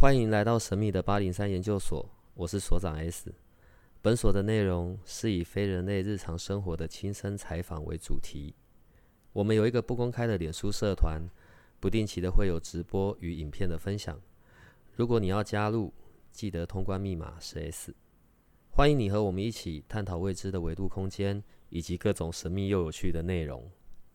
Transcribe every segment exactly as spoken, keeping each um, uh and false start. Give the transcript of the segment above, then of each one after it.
欢迎来到神秘的八零三研究所，我是所长 S。本所的内容是以非人类日常生活的亲身采访为主题。我们有一个不公开的脸书社团，不定期的会有直播与影片的分享。如果你要加入，记得通关密码是 S。欢迎你和我们一起探讨未知的维度空间，以及各种神秘又有趣的内容。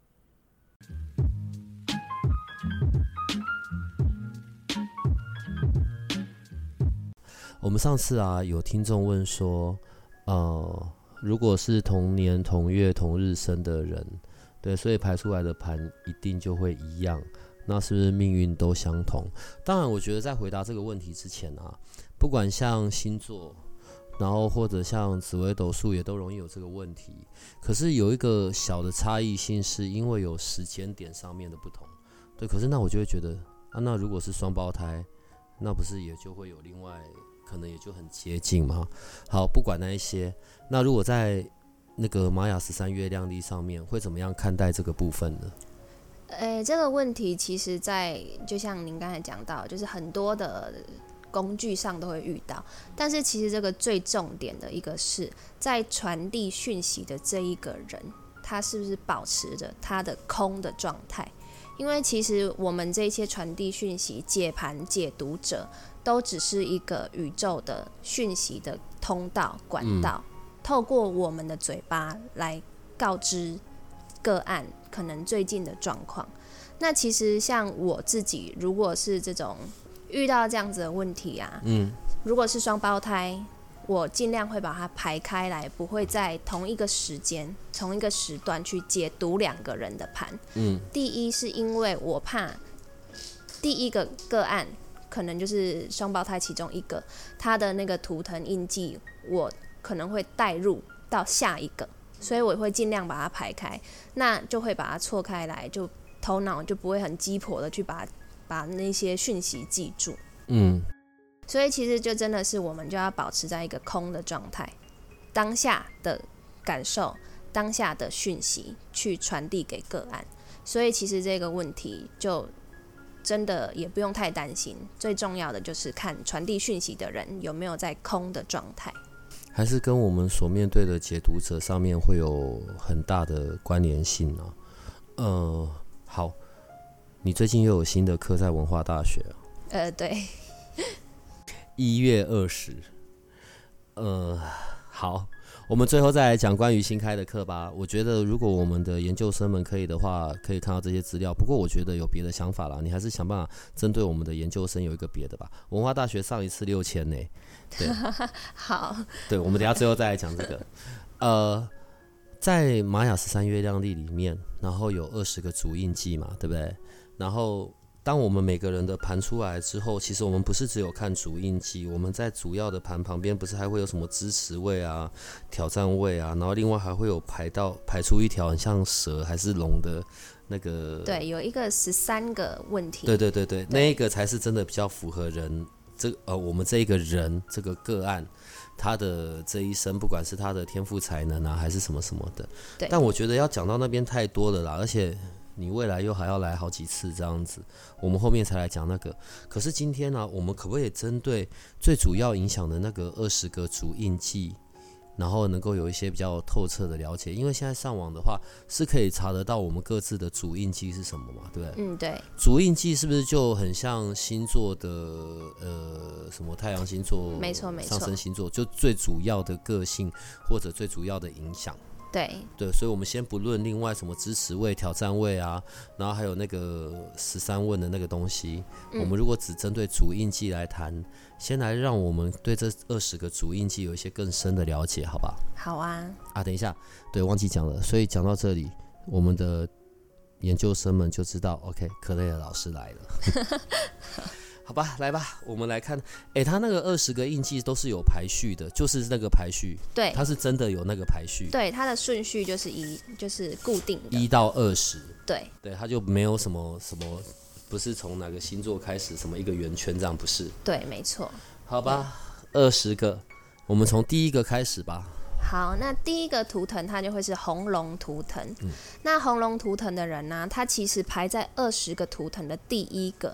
我们上次啊，有听众问说，呃，如果是同年同月同日生的人，对，所以排出来的盘一定就会一样，那是不是命运都相同？当然，我觉得在回答这个问题之前啊，不管像星座，然后或者像紫微斗数，也都容易有这个问题。可是有一个小的差异性，是因为有时间点上面的不同。对，可是那我就会觉得啊，那如果是双胞胎，那不是也就会有另外可能也就很接近吗？好，不管那一些，那如果在那个玛雅十三月亮历上面，会怎么样看待这个部分呢？ 诶，这个问题其实在就像您刚才讲到，就是很多的工具上都会遇到，但是其实这个最重点的一个是在传递讯息的这一个人，他是不是保持着他的空的状态？因为其实我们这些传递讯息、解盘、解读者，都只是一个宇宙的讯息的通道、管道，嗯、透过我们的嘴巴来告知个案可能最近的状况。那其实像我自己，如果是这种遇到这样子的问题啊，嗯，如果是双胞胎，我尽量会把它排开来，不会在同一个时间、同一个时段去解读两个人的盘。嗯，第一是因为我怕第一个个案可能就是双胞胎其中一个，他的那个图腾印记，我可能会带入到下一个，所以我会尽量把它排开，那就会把它错开来，就头脑就不会很鸡婆的去把把那些讯息记住。嗯。所以其实就真的是我们就要保持在一个空的状态，当下的感受、当下的讯息去传递给个案。所以其实这个问题就真的也不用太担心，最重要的就是看传递讯息的人有没有在空的状态， 还是跟我们所面对的解读者上面会有很大的关联性呢、啊？呃，好，你最近又有新的课在文化大学、啊、 呃，对。 一月二十，呃，好，我们最后再来讲关于新开的课吧。我觉得如果我们的研究生们可以的话，可以看到这些资料。不过我觉得有别的想法啦，你还是想办法针对我们的研究生有一个别的吧。文化大学上一次六千呢，对， 好， 对，我们等一下最后再来讲这个。呃，在玛雅十三月亮历里面，然后有二十个主印记嘛，对不对？然后当我们每个人的盘出来之后，其实我们不是只有看主印记，我们在主要的盘旁边不是还会有什么支持位啊、挑战位啊，然后另外还会有排到排出一条很像蛇还是龙的那个， 对，有一个十三个问题， 对对对对，那一个才是真的比较符合人这呃我们这一个人这个个案他的这一生，不管是他的天赋才能啊，还是什么什么的。对，但我觉得要讲到那边太多了啦，而且你未来又还要来好几次这样子，我们后面才来讲那个。可是今天呢、啊，我们可不可以针对最主要影响的那个二十个主印记，然后能够有一些比较透彻的了解？因为现在上网的话是可以查得到我们各自的主印记是什么嘛，对不对？ 嗯，对。 主印记是不是就很像星座的呃什么太阳星座、 没错没错， 上升星座，就最主要的个性或者最主要的影响？ 对对，所以我们先不论另外什么支持位、挑战位啊，然后还有那个十三问的那个东西、嗯，我们如果只针对主印记来谈，先来让我们对这二十个主印记有一些更深的了解，好吧？ 好啊。 啊，等一下，对，忘记讲了，所以讲到这里，我们的研究生们就知道 ，OK， 克雷尔老师来了。好吧，来吧，我们来看，哎，他那个二十个印记都是有排序的，就是那个排序， 对， 他是真的有那个排序， 对，他的顺序就是一，就是固定的， 一到二十， 对， 对，他就没有什么什么，不是从哪个星座开始，什么一个圆圈这样，不是， 对，没错， 好吧，二十个，我们从第一个开始吧。 好，那第一个图腾它就会是红龙图腾、嗯、那红龙图腾的人呢、啊，他其实排在二十个图腾的第一个，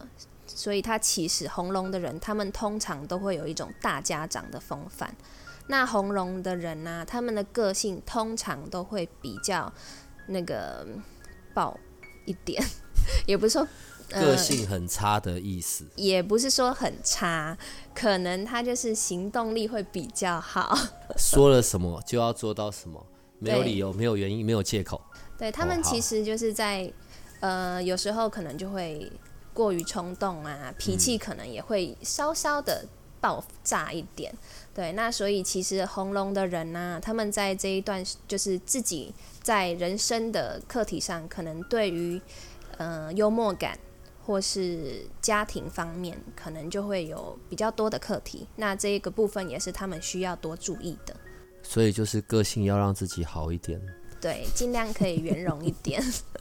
所以他其实红龙的人，他们通常都会有一种大家长的风范。那红龙的人呢、啊，他们的个性通常都会比较那个暴一点，也不是说、呃、 个性很差的意思， 也不是说很差，可能他就是行动力会比较好， 说了什么就要做到什么，没有理由，没有原因，没有借口。 对，他们其实就是在、哦、呃，有时候可能就会过于冲动啊，脾气可能也会稍稍的爆炸一点。对，那所以其实红龙的人呢、啊，他们在这一段就是自己在人生的课题上，可能对于呃幽默感或是家庭方面，可能就会有比较多的课题。那这个部分也是他们需要多注意的。 所以就是个性要让自己好一点， 对，尽量可以圆融一点。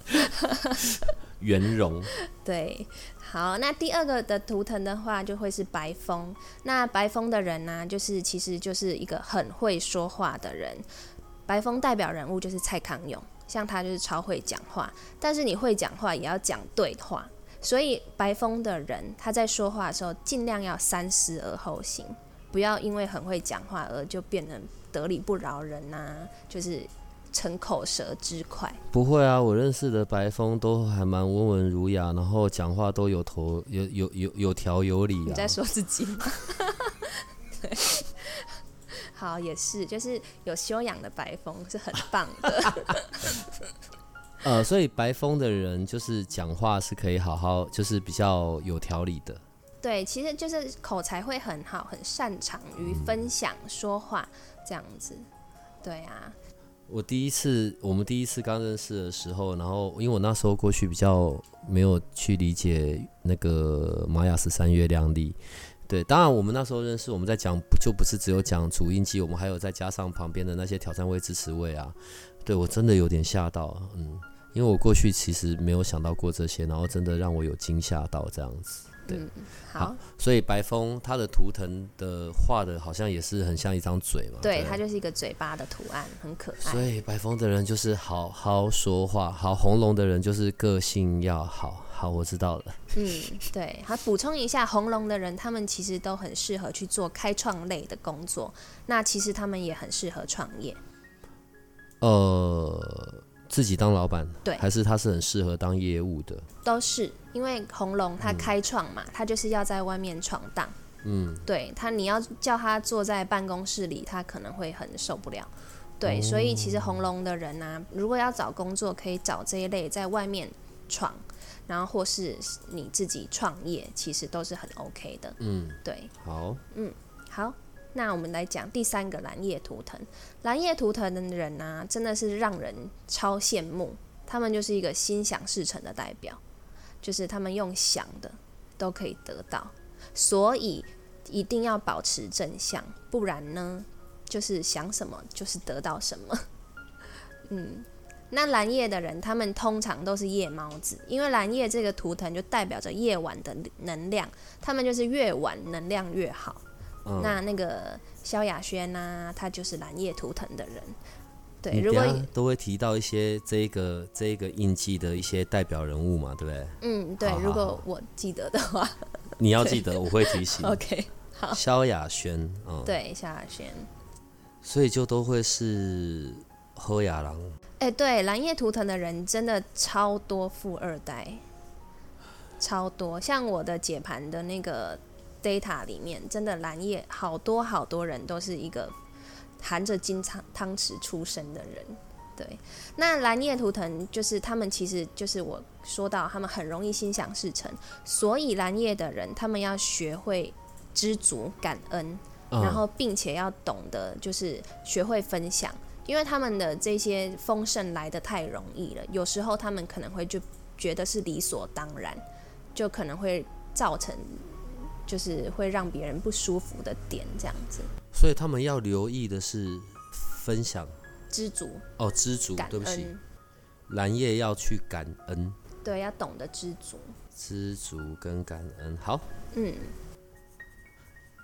圆融。 对，好，那第二个的图腾的话，就会是白风。那白风的人呢、啊，就是其实就是一个很会说话的人。白风代表人物就是蔡康永，像他就是超会讲话，但是你会讲话也要讲对话。所以白风的人他在说话的时候，尽量要三思而后行，不要因为很会讲话而就变成得理不饶人啊，就是逞口舌之快。 不会啊，我认识的白风都还蛮温文儒雅，然后讲话都有头有有有有条有理啊。 你在说自己吗？对，好，也是，就是有修养的白风是很棒的。 呃，所以白风的人就是讲话是可以好好，就是比较有条理的。 对，其实就是口才会很好，很擅长于分享、嗯、说话这样子。对啊。 我第一次，我们第一次刚认识的时候，然后因为我那时候过去比较没有去理解那个玛雅十三月亮历，对，当然我们那时候认识，我们在讲就不是只有讲主印记，我们还有再加上旁边的那些挑战位、支持位啊，对我真的有点吓到，嗯，因为我过去其实没有想到过这些，然后真的让我有惊吓到这样子。对、嗯好，好，所以白风它的图腾的画的好像也是很像一张嘴嘛， 对，它就是一个嘴巴的图案，很可爱。 所以白风的人就是好好说话，好红龙的人就是个性要好。好，我知道了。 嗯，对，好，补充一下，红龙的人他们其实都很适合去做开创类的工作，那其实他们也很适合创业。 呃。自己当老板， 对， 还是他是很适合当业务的？ 都是，因为红龙他开创嘛，他、嗯、就是要在外面闯荡。嗯，对他，你要叫他坐在办公室里，他可能会很受不了。对，哦、所以其实红龙的人啊，如果要找工作，可以找这一类在外面闯，然后或是你自己创业，其实都是很 OK 的。嗯，对， 好， 嗯，好。那我们来讲第三个蓝叶图腾。蓝叶图腾的人啊，真的是让人超羡慕。他们就是一个心想事成的代表，就是他们用想的都可以得到，所以一定要保持正向，不然呢，就是想什么就是得到什么。嗯，那蓝叶的人，他们通常都是夜猫子，因为蓝叶这个图腾就代表着夜晚的能量，他们就是越晚能量越好。嗯、那那个萧亚轩啊，他就是蓝叶图腾的人。对，如果都会提到一些这个这个印记的一些代表人物嘛，对不对？ 嗯，对。好好好，如果我记得的话， 你要记得，我会提醒。 OK， 好。 萧亚轩，嗯， 对，萧亚轩。 所以就都会是喝雅郎。 哎、欸，对，蓝叶图腾的人真的超多富二代，超多。像我的解盘的那个data 里面，真的蓝叶好多好多人都是一个含着金汤匙出生的人。对，那蓝叶图腾就是他们其实就是我说到他们很容易心想事成，所以蓝叶的人他们要学会知足感恩、嗯、然后并且要懂得就是学会分享，因为他们的这些丰盛来得太容易了，有时候他们可能会就觉得是理所当然，就可能会造成就是会让别人不舒服的点这样子。 所以他们要留意的是分享、 知足哦，知足，对不起，蓝叶要去感恩， 对，要懂得知足、 知足跟感恩。好， 嗯，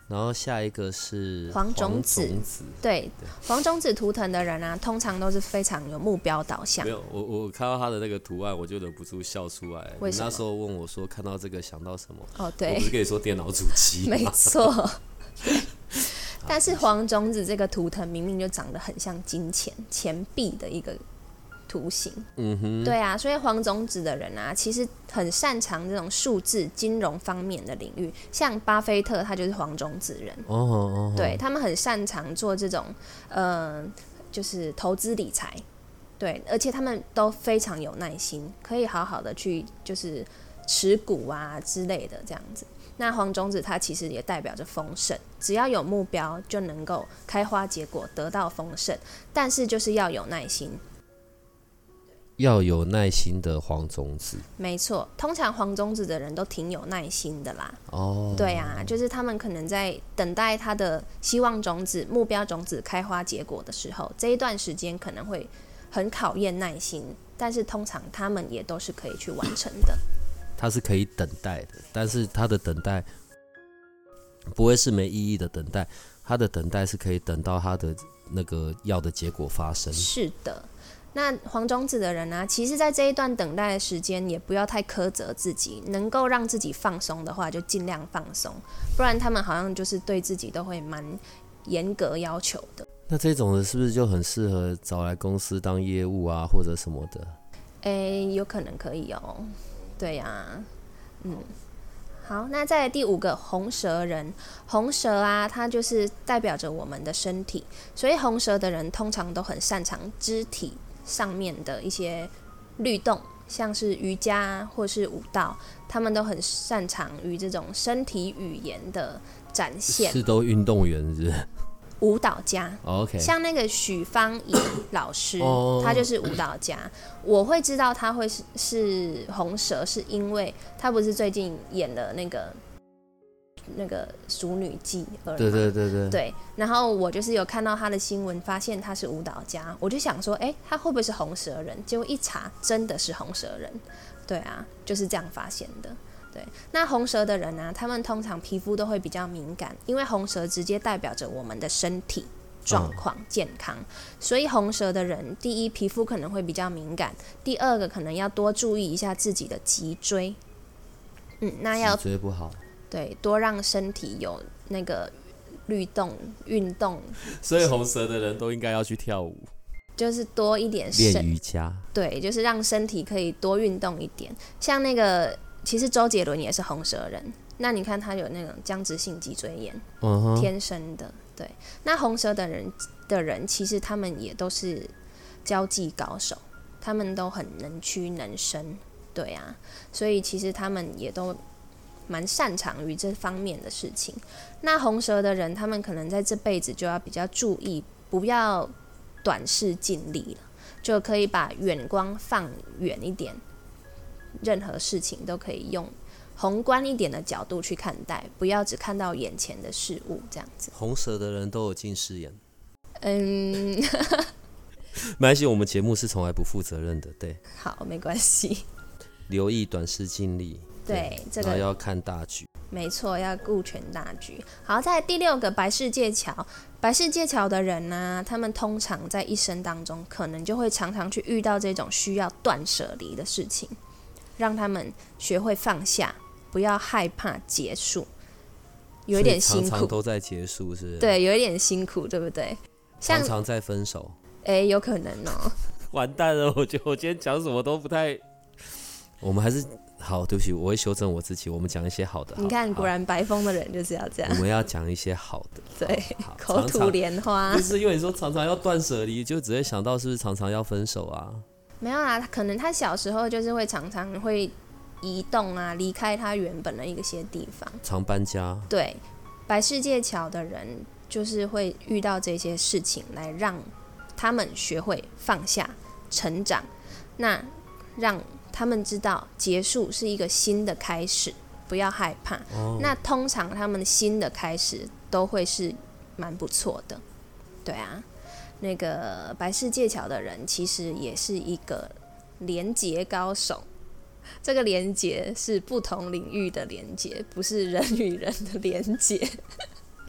然后下一个是黄种子， 种子对， 对黄种子图腾的人啊，通常都是非常有目标导向。 没有，我我看到他的那个图案，我就忍不住笑出来。 为什么？ 你那时候问我说看到这个想到什么？ 哦，对， 我不是跟你说电脑主机吗？ 没错。对，但是黄种子这个图腾明明就长得很像金钱钱币的一个图形， 嗯哼， 对啊，所以黄种子的人啊，其实很擅长这种数字、金融方面的领域。像巴菲特，他就是黄种子人， 哦哦， 对他们很擅长做这种呃，就是投资理财，对，而且他们都非常有耐心，可以好好的去就是持股啊之类的这样子。那黄种子它其实也代表着丰盛，只要有目标就能够开花结果，得到丰盛，但是就是要有耐心。 要有耐心的黄种子， 没错，通常黄种子的人都挺有耐心的啦。 哦， 对啊，就是他们可能在等待他的希望种子、目标种子开花结果的时候，这一段时间可能会很考验耐心，但是通常他们也都是可以去完成的。 它是可以等待的，但是它的等待不会是没意义的等待，它的等待是可以等到它的那个要的结果发生。 是的。那黄种子的人啊，其实在这一段等待的时间也不要太苛责自己，能够让自己放松的话就尽量放松，不然他们好像就是对自己都会蛮严格要求的。 那这种的是不是就很适合找来公司当业务啊或者什么的？ 诶，有可能可以哦。对呀、啊，嗯。好，那再来第五个红蛇人，红蛇啊，它就是代表着我们的身体，所以红蛇的人通常都很擅长肢体上面的一些律动，像是瑜伽或是舞蹈，他们都很擅长于这种身体语言的展现。 是都运动员是不是？ 舞蹈家、 oh, okay. 像那个许芳宜老师 ，oh. 他就是舞蹈家。我会知道他会 是, 是红蛇，是因为他不是最近演了那个那个《淑女记二》吗？ 对对对对。 对，然后我就是有看到他的新闻，发现他是舞蹈家，我就想说，哎，他会不会是红蛇人？结果一查，真的是红蛇人。对啊，就是这样发现的。对，那红蛇的人啊，他们通常皮肤都会比较敏感，因为红蛇直接代表着我们的身体状况、嗯、健康，所以红蛇的人，第一皮肤可能会比较敏感，第二个可能要多注意一下自己的脊椎，嗯，那要脊椎不好， 对，多让身体有那个律动运动， 所以红蛇的人都应该要去跳舞， 就是多一点练瑜伽， 对，就是让身体可以多运动一点，像那个。其实周杰伦也是红蛇人，那你看他有那种僵直性脊椎炎， 嗯、 天生的。对，那红蛇的人的人，其实他们也都是交际高手，他们都很能屈能伸，对啊，所以其实他们也都蛮擅长于这方面的事情。那红蛇的人，他们可能在这辈子就要比较注意，不要短视近利了，就可以把眼光放远一点。任何事情都可以用宏观一点的角度去看待，不要只看到眼前的事物这样子。 红蛇的人都有近视眼。 嗯， 没关系，我们节目是从来不负责任的，对。 好，没关系。 留意短视近利， 对， 对这个然后要看大局。 没错，要顾全大局。好，再来第六个白世界桥。白世界桥的人呢、啊，他们通常在一生当中，可能就会常常去遇到这种需要断舍离的事情。让他们学会放下，不要害怕结束，有一点辛苦。 常常都在结束，是不是？ 对，有一点辛苦，对不对？ 常常在分手。 哎，有可能哦。 完蛋了，我觉得我今天讲什么都不太……我们还是好，对不起，我会修正我自己。我们讲一些好的。好你看，果然白风的人就是要这样。 我们要讲一些好的。 对，口吐莲花。 就是因为你说常常要断舍离，就只会想到是不是常常要分手啊？ 没有啊，可能他小时候就是会常常会移动啊，离开他原本的一些地方， 常搬家。 对，白世界桥的人就是会遇到这些事情，来让他们学会放下、成长，那让他们知道结束是一个新的开始，不要害怕。哦、那通常他们新的开始都会是蛮不错的，对啊。那个白世界桥的人其实也是一个连结高手，这个连结是不同领域的连结，不是人与人的连结。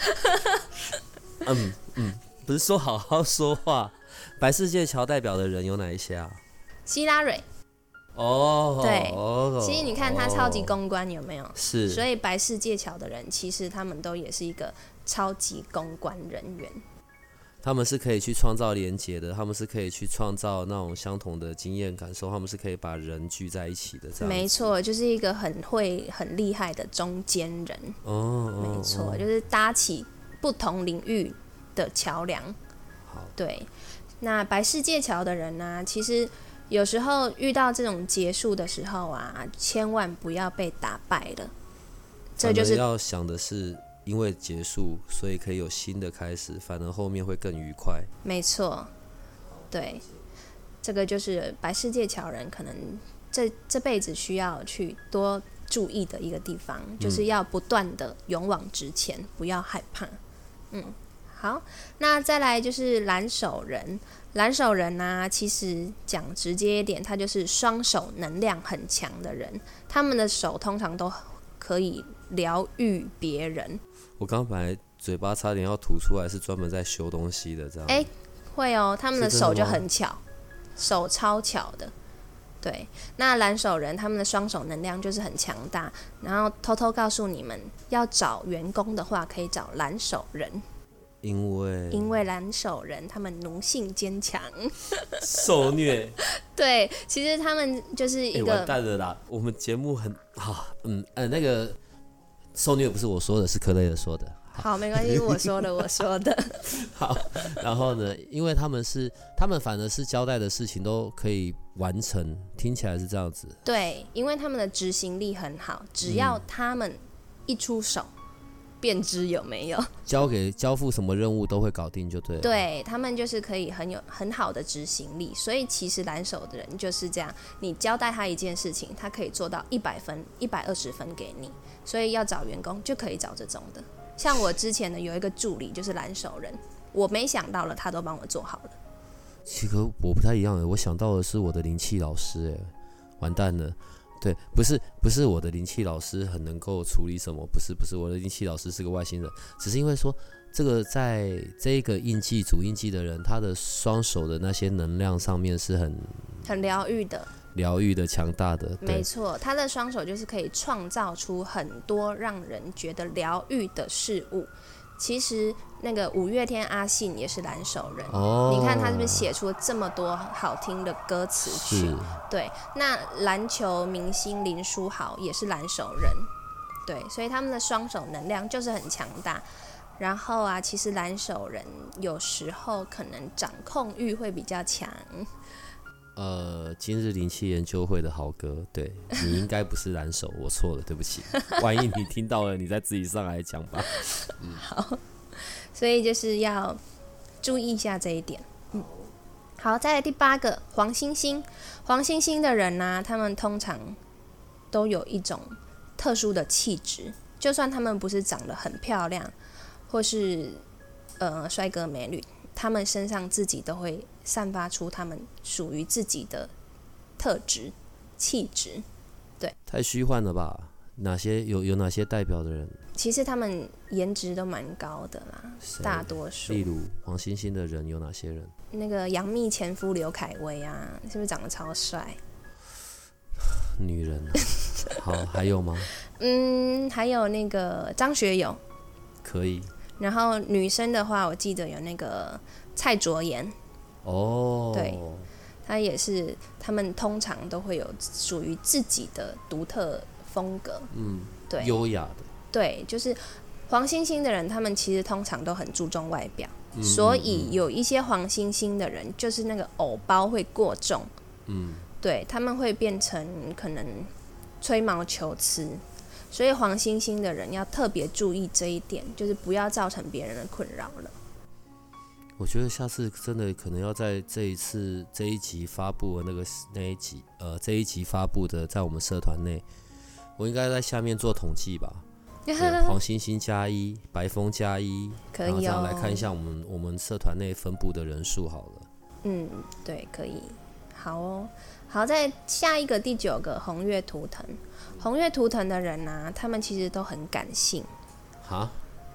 嗯嗯，不是说好好说话。白世界桥代表的人有哪一些啊？ 希拉蕊。 哦， 对， 哦、 其实你看他超级公关有没有？ 是， 所以白世界桥的人，其实他们都也是一个超级公关人员。 他们是可以去创造连结的，他们是可以去创造那种相同的经验感受，他们是可以把人聚在一起的。这样没错，就是一个很会、很厉害的中间人。 哦，哦没错， 哦就是搭起不同领域的桥梁。 好， 对。那白世界桥的人呢、啊，其实有时候遇到这种结束的时候啊，千万不要被打败了。这就是要想的是，因为结束，所以可以有新的开始，反而后面会更愉快。 没错，对，这个就是白世界桥人可能这这辈子需要去多注意的一个地方， 嗯、 就是要不断的勇往直前，不要害怕。嗯，好，那再来就是蓝手人。蓝手人啊，其实讲直接一点，他就是双手能量很强的人，他们的手通常都可以疗愈别人。 我刚刚本来嘴巴差点要吐出来，是专门在修东西的，这样。 哎、欸，会哦，他们的手就很巧，手超巧的。对，那蓝手人他们的双手能量就是很强大，然后偷偷告诉你们，要找员工的话，可以找蓝手人。 因为因为蓝手人他们奴性坚强， 受虐。 对，其实他们就是一个、 欸、完蛋了啦！我们节目很啊，嗯呃，那个受虐不是我说的，是克雷尔说的。 好，好没关系，我说的，我说的。 好，然后呢，因为他们是，他们反而是交代的事情都可以完成，听起来是这样子。 对，因为他们的执行力很好，只要他们一出手。嗯便知有没有交给交付什么任务都会搞定就对了。 对，他们就是可以很有很好的执行力，所以其实蓝手的人就是这样，你交代他一件事情，他可以做到一百分、一百二十分给你，所以要找员工就可以找这种的。像我之前呢有一个助理就是蓝手人，我没想到了，他都帮我做好了。 其实我不太一样诶，我想到的是我的灵气老师诶，完蛋了。对，不是不是我的灵气老师很能够处理什么，不是不是，我的灵气老师是个外星人，只是因为说这个在这个印记主印记的人，他的双手的那些能量上面是很很疗愈的， 疗愈的、强大的。 没错，他的双手就是可以创造出很多让人觉得疗愈的事物。其实那个五月天阿信也是蓝手人、哦、你看他是不是写出了这么多好听的歌词曲？对，那篮球明星林书豪也是蓝手人，对，所以他们的双手能量就是很强大。然后啊，其实蓝手人有时候可能掌控欲会比较强。 呃，今日灵气研究会的豪哥，对，你应该不是蓝手，我错了，对不起。万一你听到了，你再自己上来讲吧。 嗯、好，所以就是要注意一下这一点。嗯，好，再来第八个黄星星。黄星星的人呢、啊，他们通常都有一种特殊的气质，就算他们不是长得很漂亮，或是呃帅哥美女。他们身上自己都会散发出他们属于自己的特质、气质，对。 太虚幻了吧？哪些有有哪些代表的人？ 其实他们颜值都蛮高的啦，大多数。 例如黄星星的人有哪些人？ 那个杨幂前夫刘恺威啊，是不是长得超帅？ 女人、啊，好，还有吗？ 嗯，还有那个张学友， 可以。 然后女生的话，我记得有那个蔡卓妍， 哦， 对，她也是，他们通常都会有属于自己的独特风格， 嗯， 对， 优雅的， 对，就是黄星星的人，他们其实通常都很注重外表， 嗯、 所以有一些黄星星的人，就是那个偶包会过重， 嗯， 对，他们会变成可能吹毛求疵。所以黄星星的人要特别注意这一点，就是不要造成别人的困扰了。 我觉得下次真的可能要在这一次这一集发布的那个那一集呃这一集发布的，在我们社团内，我应该在下面做统计吧。黄星星加一，白风加一， 可以哦。 然后这样来看一下我们我们社团内分布的人数好了。 嗯，对，可以。好哦，好，在下一个第九个红月图腾。红月图腾的人啊，他们其实都很感性。 哈？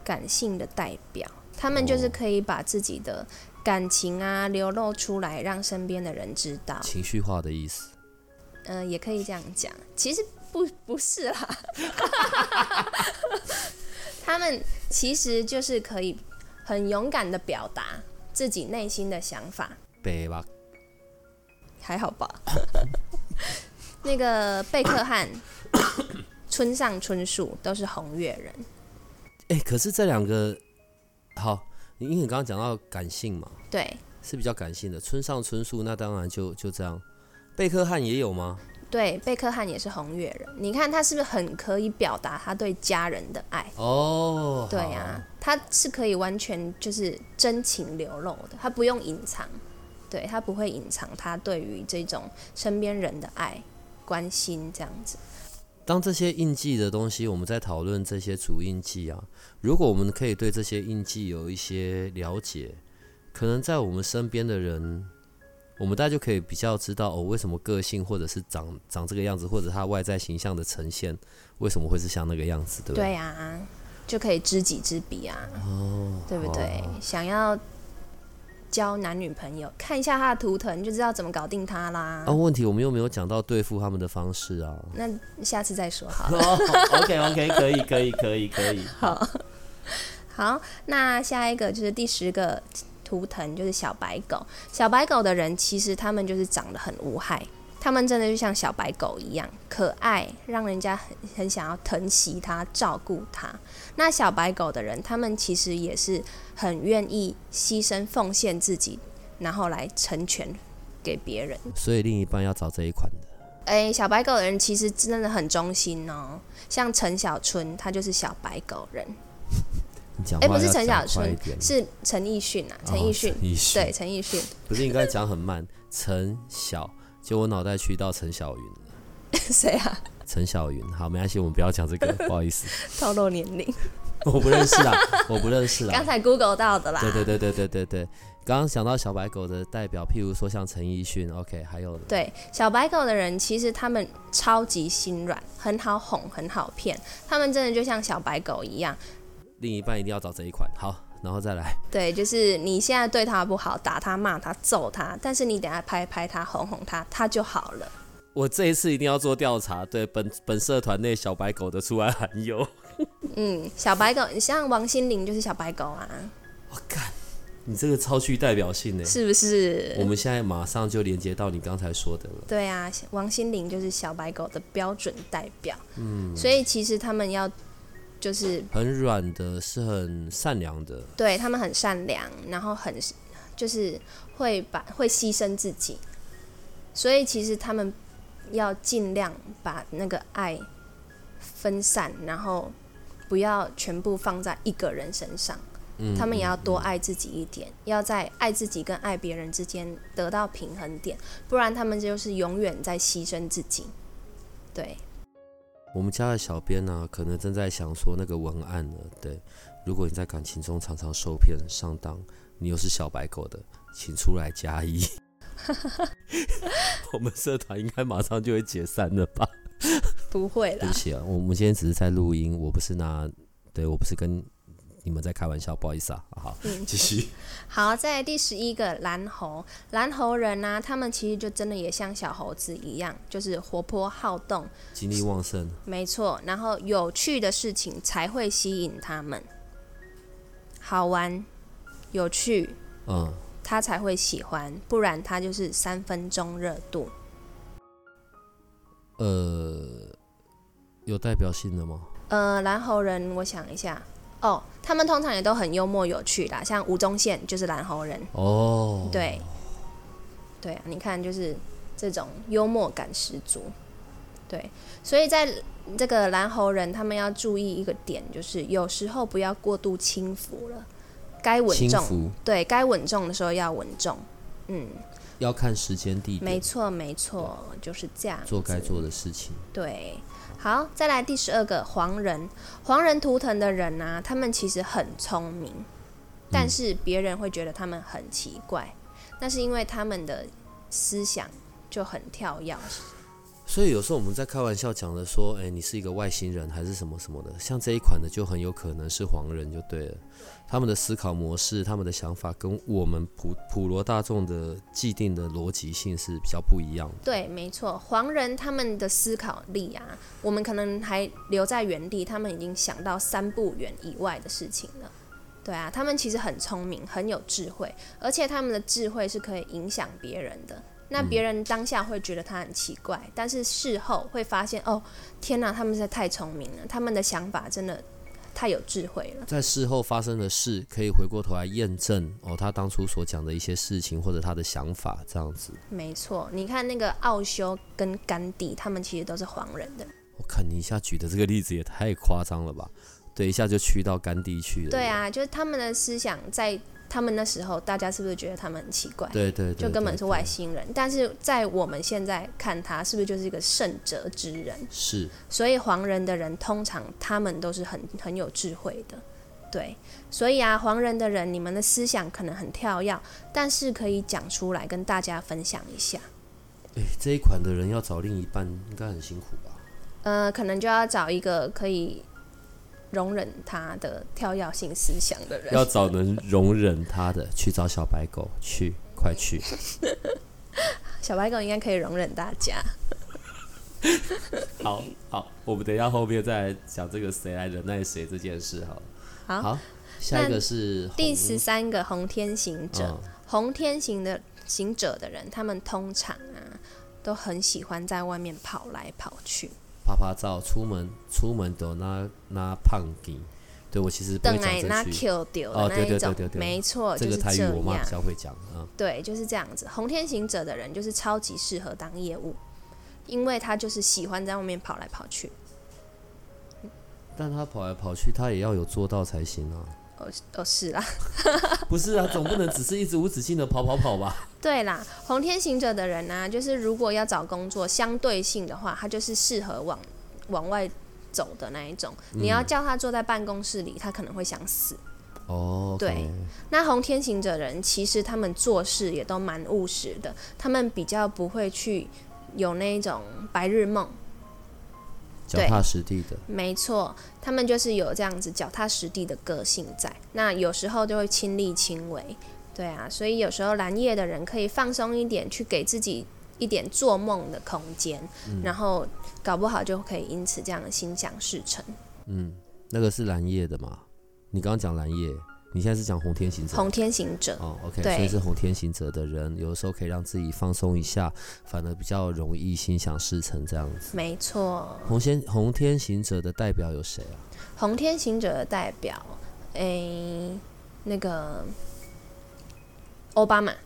感性的代表，他们就是可以把自己的感情啊流露出来，让身边的人知道。 情绪化的意思。 嗯、呃，也可以这样讲，其实不不是啦，他们其实就是可以很勇敢的表达自己内心的想法。 北吧， 还好吧。那个贝克汉、村上春树都是红月人。 哎、欸，可是这两个好，因为你刚刚讲到感性嘛， 对， 是比较感性的。村上春树那当然就就这样。贝克汉也有吗？ 对，贝克汉也是红月人。你看他是不是很可以表达他对家人的爱？ 哦， 对啊，他是可以完全就是真情流露的，他不用隐藏，对，他不会隐藏他对于这种身边人的爱、关心这样子。 当这些印记的东西，我们在讨论这些主印记啊，如果我们可以对这些印记有一些了解，可能在我们身边的人，我们大家就可以比较知道哦，为什么个性或者是长长这个样子，或者他外在形象的呈现，为什么会是像那个样子，对不对？ 对啊，就可以知己知彼啊，哦、对不对？哦、想要交男女朋友，看一下他的图腾就知道怎么搞定他啦。 啊，问题我们又没有讲到对付他们的方式啊。 那下次再说好了。 哦、OK OK， 可以可以可以可以。 好，好，那下一个就是第十个图腾，就是小白狗。小白狗的人其实他们就是长得很无害，他们真的就像小白狗一样可爱，让人家 很, 很想要疼惜它、照顾它。那小白狗的人，他们其实也是很愿意牺牲奉献自己，然后来成全给别人。 所以另一半要找这一款的。 哎，小白狗的人其实真的很忠心哦，像陈小春，他就是小白狗人。哎，不是陈小春，是陈奕迅啊，陈奕迅，对，陈奕迅。 不是，应该讲很慢，陈小，结果我脑袋去到陈小云了。 谁啊？ 陈小云。好，没关系，我们不要讲这个，不好意思。 透露年龄。 我不认识啦，我不认识啦。 刚才 Google 到的啦。 对对对对对对对。刚刚讲到小白狗的代表，譬如说像陈奕迅 ，OK， 还有对小白狗的人，其实他们超级心软，很好哄，很好骗，他们真的就像小白狗一样。 另一半一定要找这一款，好，然后再来。 对，就是你现在对他不好，打他、骂他、揍他，但是你等下拍拍他、哄哄他，他就好了。 我这一次一定要做调查，对本本社团内小白狗的出来喊有。 嗯，小白狗，像王心凌就是小白狗啊。 我干，你这个超具代表性呢， 是不是？ 我们现在马上就连接到你刚才说的了。 对啊，王心凌就是小白狗的标准代表。嗯，所以其实他们要。就是很软的，是很善良的。 对，他们很善良，然后很就是会把会牺牲自己，所以其实他们要尽量把那个爱分散，然后不要全部放在一个人身上。嗯，他们也要多爱自己一点，嗯嗯、要在爱自己跟爱别人之间得到平衡点，不然他们就是永远在牺牲自己。对。 我们家的小编呢、啊，可能正在想说那个文案呢。对，如果你在感情中常常受骗上当，你又是小白狗的，请出来加一。我们社团应该马上就会解散了吧？ 不会啦。 对不起啊，我们今天只是在录音，我不是拿，对我不是跟你们在开玩笑，不好意思啊。好，继续、嗯。 好，再来第十一个蓝猴，蓝猴人啊，他们其实就真的也像小猴子一样，就是活泼好动， 精力旺盛。 没错，然后有趣的事情才会吸引他们，好玩、有趣，嗯，他才会喜欢，不然他就是三分钟热度。 呃，有代表性的吗？ 呃，蓝猴人，我想一下。哦，他们通常也都很幽默有趣啦，像吴宗宪就是蓝猴人哦，对，对啊，你看就是这种幽默感十足，对，所以在这个蓝猴人，他们要注意一个点，就是有时候不要过度轻浮了，该稳重，对，该稳重的时候要稳重，嗯， 要看时间地点， 没错没错，就是这样， 做该做的事情， 对。好，再来第十二个黄人，黄人图腾的人啊，他们其实很聪明，但是别人会觉得他们很奇怪，那是因为他们的思想就很跳跃。 所以有时候我们在开玩笑讲的说，哎、欸，你是一个外星人还是什么什么的，像这一款的就很有可能是黄人就对了。他们的思考模式、他们的想法跟我们普普罗大众的既定的逻辑性是比较不一样的。 对，没错，黄人他们的思考力啊，我们可能还留在原地，他们已经想到三步远以外的事情了。对啊，他们其实很聪明，很有智慧，而且他们的智慧是可以影响别人的。那别人当下会觉得他很奇怪，嗯、但是事后会发现，哦，天哪，他们实在太聪明了，他们的想法真的太有智慧了。 在事后发生的事，可以回过头来验证哦，他当初所讲的一些事情或者他的想法，这样子。 没错，你看那个奥修跟甘地，他们其实都是黄人的。 我看你一下举的这个例子也太夸张了吧？对，一下就去到甘地去了。 对啊，就是他们的思想在他们那时候，大家是不是觉得他们很奇怪？ 对 对, 对, 对， 就根本是外星人。但是在我们现在看他，是不是就是一个圣哲之人？ 是。 所以黄人的人通常他们都是很很有智慧的，对。所以啊，黄人的人，你们的思想可能很跳跃，但是可以讲出来跟大家分享一下。 欸，这一款的人要找另一半，应该很辛苦吧？ 呃，可能就要找一个可以容忍他的跳跃性思想的人， 要找能容忍他的，去找小白狗，去，快去！ 小白狗应该可以容忍大家。 好好，我们等一下后面再来讲这个谁来忍耐谁这件事好了。 好， 好，下一个是第十三个红天行者。 嗯、 红天行的行者的人，他们通常啊都很喜欢在外面跑来跑去。 拍拍照，出门出门都拿拿胖吉，对我其实不会讲这句。 拿 Q 丢的那一种，没错， 这个台语我妈比较会讲。 嗯，对，就是这样子。红天行者的人就是超级适合当业务，因为他就是喜欢在外面跑来跑去。 但他跑来跑去，他也要有做到才行啊。 哦哦，是啦， 不是啊，总不能只是一直无止境的跑跑跑吧？ 对啦，红天行者的人呢、啊，就是如果要找工作，相对性的话，他就是适合往往外走的那一种。嗯、你要叫他坐在办公室里，他可能会想死。 哦， okay、 对。那红天行者的人，其实他们做事也都蛮务实的，他们比较不会去有那一种白日梦。 脚踏实地的， 没错，他们就是有这样子脚踏实地的个性在。那有时候就会亲力亲为，对啊，所以有时候蓝夜的人可以放松一点，去给自己一点做梦的空间、嗯，然后搞不好就可以因此这样的心想事成。 嗯，那个是蓝夜的嘛？你刚刚讲蓝夜。你现在是讲红天行者， 红天行者哦 ，OK， 所以是红天行者的人，有的时候可以让自己放松一下，反而比较容易心想事成这样子。 没错。 红天红天行者的代表有谁啊？ 红天行者的代表，诶，那个奥巴马。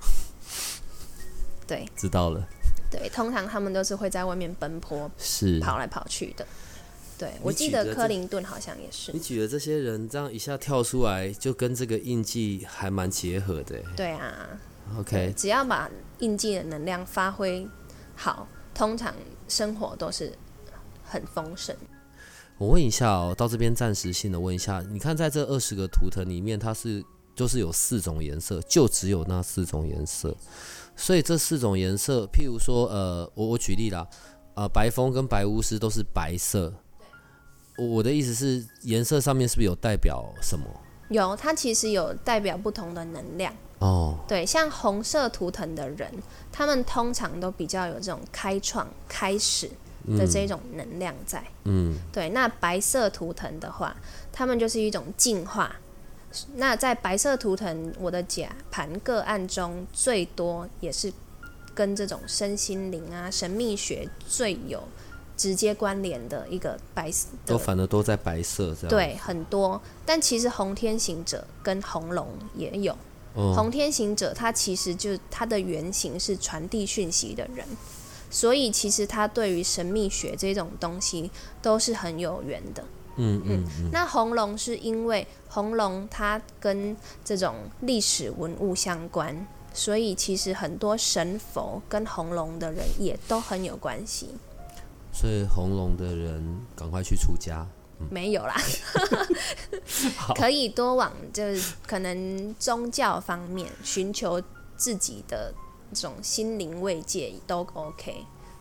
对， 知道了。 对，通常他们都是会在外面奔波， 是跑来跑去的。对，我记得克林顿好像也是。 你举的这些人这样一下跳出来，就跟这个印记还蛮结合的。 对啊 ，OK， 只要把印记的能量发挥好，通常生活都是很丰盛。 我问一下哦，到这边暂时性的问一下，你看在这二十个图腾里面，它是就是有四种颜色，就只有那四种颜色，所以这四种颜色，譬如说，呃，我我举例啦，呃，白风跟白巫师都是白色。我的意思是，颜色上面是不是有代表什么？ 有，它其实有代表不同的能量。 哦， 对，像红色图腾的人，他们通常都比较有这种开创、开始的这种能量在。嗯，对。那白色图腾的话，他们就是一种进化。那在白色图腾，我的解盘个案中，最多也是跟这种身心灵啊、神秘学最有直接关联的一个白色， 都反而都在白色这样。 对，很多。但其实红天行者跟红龙也有。哦、红天行者他其实就他的原型是传递讯息的人，所以其实他对于神秘学这种东西都是很有缘的。 嗯嗯嗯。 那红龙是因为红龙它跟这种历史文物相关，所以其实很多神佛跟红龙的人也都很有关系。 所以红龙的人赶快去出家。嗯、 没有啦可以多往就是可能宗教方面寻求自己的这种心灵慰藉都 OK。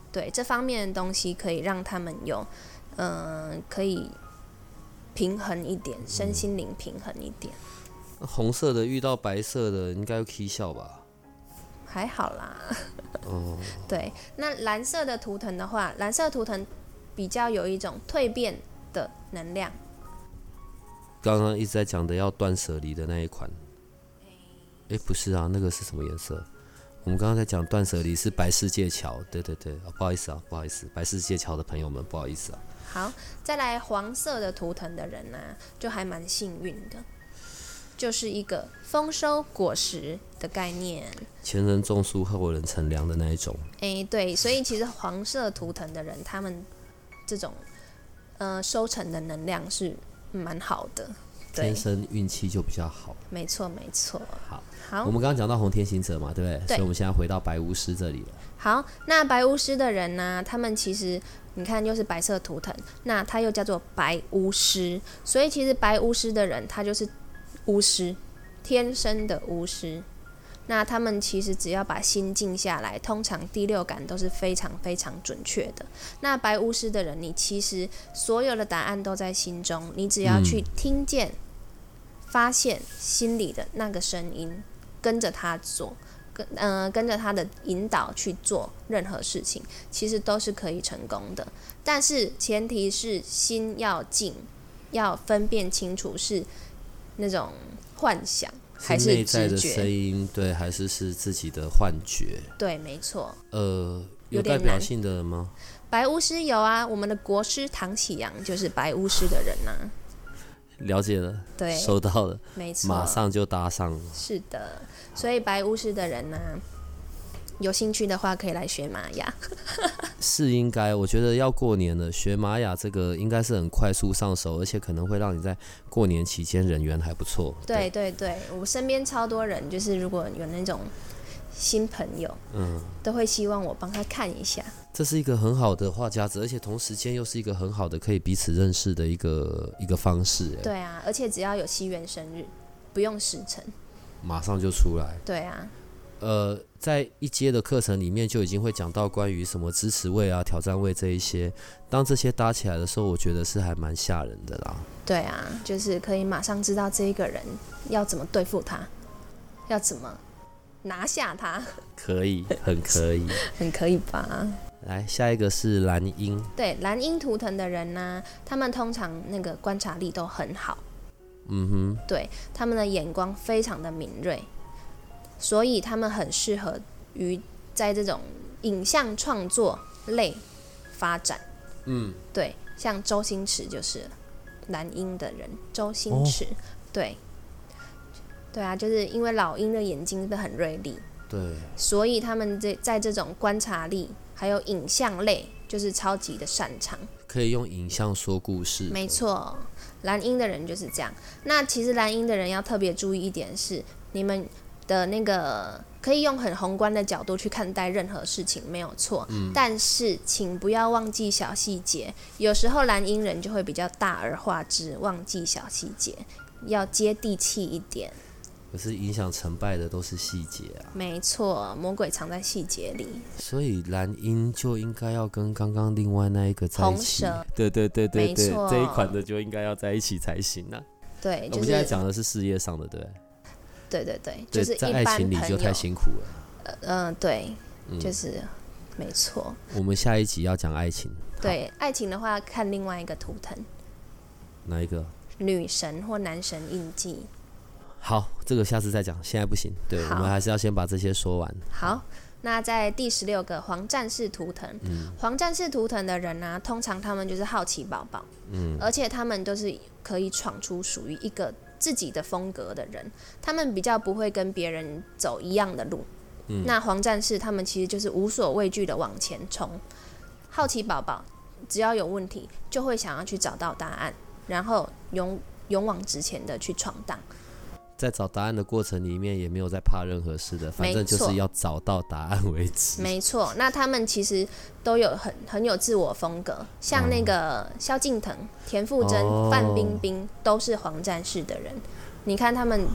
对这方面的东西可以让他们有，嗯、呃，可以平衡一点，身心灵平衡一点。 红色的遇到白色的，应该会起笑吧？ 还好啦。 哦， 对，那蓝色的图腾的话，蓝色图腾比较有一种蜕变的能量。 刚刚一直在讲的要断舍离的那一款，哎，不是啊，那个是什么颜色？我们刚刚在讲断舍离是白世界桥，对对对、哦，不好意思啊，不好意思，白世界桥的朋友们，不好意思啊。 好，再来黄色的图腾的人呢、啊，就还蛮幸运的，就是一个丰收果实的概念。 前人种树，后人乘凉的那一种。 哎，对，所以其实黄色图腾的人，他们这种呃收成的能量是蛮好的。 天生运气就比较好。 没错，没错。 好， 好， 我们刚刚讲到红天行者嘛，对不对？ 对。 所以我们现在回到白巫师这里了。 好，那白巫师的人呢、啊，他们其实你看又是白色图腾，那他又叫做白巫师，所以其实白巫师的人他就是巫师，天生的巫师。那他们其实只要把心静下来，通常第六感都是非常非常准确的。那白巫师的人，你其实所有的答案都在心中，你只要去听见、嗯、发现心里的那个声音，跟着他做，跟呃跟着他的引导去做任何事情，其实都是可以成功的。但是前提是心要静，要分辨清楚是那种幻想。还是内在的声音，对，还是是自己的幻觉？ 对，没错。 呃，有代表性的吗？ 白巫师有啊，我们的国师唐启阳就是白巫师的人呐、啊。 了解了， 对， 收到了， 没错， 马上就搭上了。 是的，所以白巫师的人呢、啊，有兴趣的话可以来学玛雅。 是应该，我觉得要过年了，学玛雅这个应该是很快速上手，而且可能会让你在过年期间人缘还不错。 对对对，我身边超多人，就是如果有那种新朋友，嗯，都会希望我帮他看一下。 这是一个很好的话匣子，而且同时间又是一个很好的可以彼此认识的一个一个方式。 对啊，而且只要有西元生日，不用时辰， 马上就出来。 对啊。 呃，在一阶的课程里面就已经会讲到关于什么支持位啊、挑战位这一些。当这些搭起来的时候，我觉得是还蛮吓人的啦。 对啊，就是可以马上知道这一个人要怎么对付他，要怎么拿下他。 可以，很可以， 很可以吧？ 来，下一个是蓝鹰。 对，蓝鹰图腾的人呢、啊，他们通常那个观察力都很好。 嗯哼。 对，他们的眼光非常的敏锐。所以他们很适合于在这种影像创作类发展。 嗯， 对，像周星驰就是蓝鹰的人，周星驰、哦，对，对啊，就是因为老鹰的眼睛是不是很锐利？ 对， 所以他们在在这种观察力还有影像类，就是超级的擅长， 可以用影像说故事。 没错，蓝鹰的人就是这样。那其实蓝鹰的人要特别注意一点是，你们的那个可以用很宏观的角度去看待任何事情，没有错、嗯、但是请不要忘记小细节。有时候蓝鹰人就会比较大而化之，忘记小细节，要接地气一点。 可是影响成败的都是细节啊。 没错，魔鬼藏在细节里。 所以蓝鹰就应该要跟刚刚另外那一个在一起。 红蛇。 对对对对对，这一款的就应该要在一起才行啊。 对，就是、 我们现在讲的是事业上的，对。 对对对，就是在爱情里就太辛苦了。 嗯、呃，对，就是、嗯、没错。 我们下一集要讲爱情。 对，爱情的话看另外一个图腾。 哪一个？ 女神或男神印记。 好，这个下次再讲，现在不行。对，我们还是要先把这些说完。 好，那在第十六个黄战士图腾，嗯、黄战士图腾的人呢、啊，通常他们就是好奇宝宝，嗯，而且他们都是可以闯出属于一个自己的风格的人，他们比较不会跟别人走一样的路。嗯、那黄战士他们其实就是无所畏惧的往前冲。好奇宝宝只要有问题，就会想要去找到答案，然后勇勇往直前的去闯荡。 在找答案的过程里面，也没有在怕任何事的，反正就是要找到答案为止。 没错，那他们其实都有很很有自我风格，像那个萧敬腾、田馥甄、哦、范冰冰都是黄战士的人。你看他们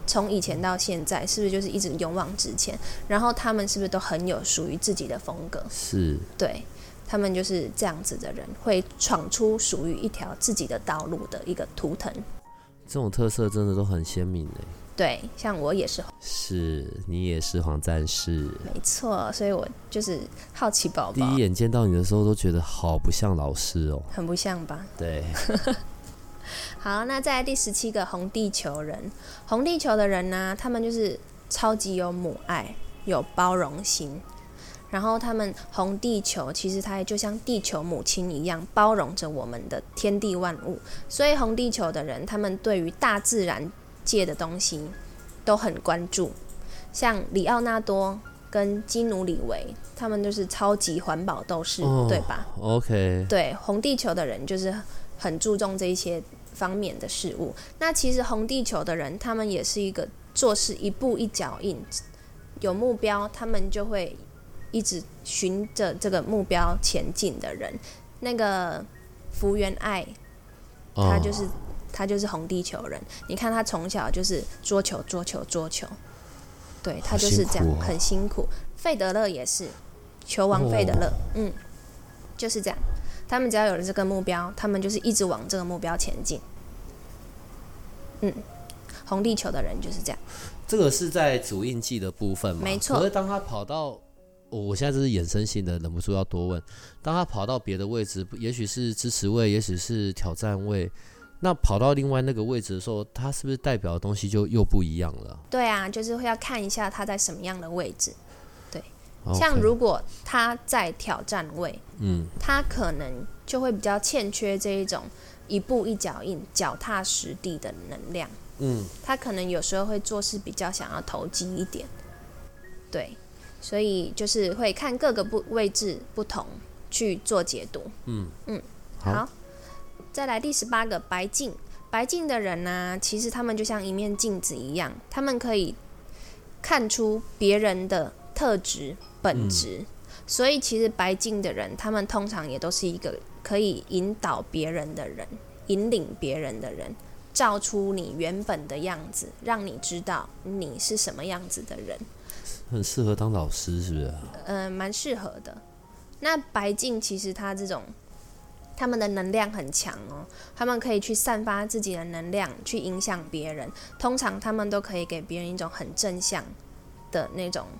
从以前到现在，是不是就是一直勇往直前？然后他们是不是都很有属于自己的风格？ 是， 对，他们就是这样子的人，会闯出属于一条自己的道路的一个图腾。 这种特色真的都很鲜明诶。 对，像我也是， 是你也是黄战士， 没错，所以我就是好奇宝宝。 第一眼见到你的时候，都觉得好不像老师哦， 很不像吧？ 对。 好，那再来第十七个红地球人。红地球的人呢，他们就是超级有母爱，有包容心。然后他们红地球，其实它也就像地球母亲一样，包容着我们的天地万物。所以红地球的人，他们对于大自然界的东西都很关注。像里奥纳多跟基努里维，他们就是超级环保斗士，哦、对吧 ？OK。 对，红地球的人就是很注重这一些方面的事物。那其实红地球的人，他们也是一个做事一步一脚印，有目标，他们就会一直循着这个目标前进的人。那个福原爱，他就是、哦、他就是红地球人。你看他从小就是桌球桌球桌球，对，他就是这样， 哦、 很辛苦。费德勒也是，球王费德勒、哦、嗯，就是这样。他们只要有了这个目标，他们就是一直往这个目标前进。嗯，红地球的人就是这样。 这个是在主印记的部分嘛？ 没错。 可是当他跑到，哦、我现在这是衍生性的，忍不住要多问。当他跑到别的位置，也许是支持位，也许是挑战位，那跑到另外那个位置的时候，他是不是代表的东西就又不一样了？ 对啊，就是会要看一下他在什么样的位置。对， okay. 像如果他在挑战位， 嗯， 他可能就会比较欠缺这一种一步一脚印、脚踏实地的能量。 嗯， 他可能有时候会做事比较想要投机一点。对，所以就是会看各个不位置不同去做解读。 嗯嗯， 好。 好，再来第十八个白镜。白镜的人呢、啊，其实他们就像一面镜子一样，他们可以看出别人的特质、本质。嗯，所以其实白镜的人，他们通常也都是一个可以引导别人的人，引领别人的人，照出你原本的样子，让你知道你是什么样子的人。 很适合当老师，是不是？ 嗯，蛮适合的。那白镜其实他这种，他们的能量很强哦，他们可以去散发自己的能量，去影响别人。通常他们都可以给别人一种很正向的那种，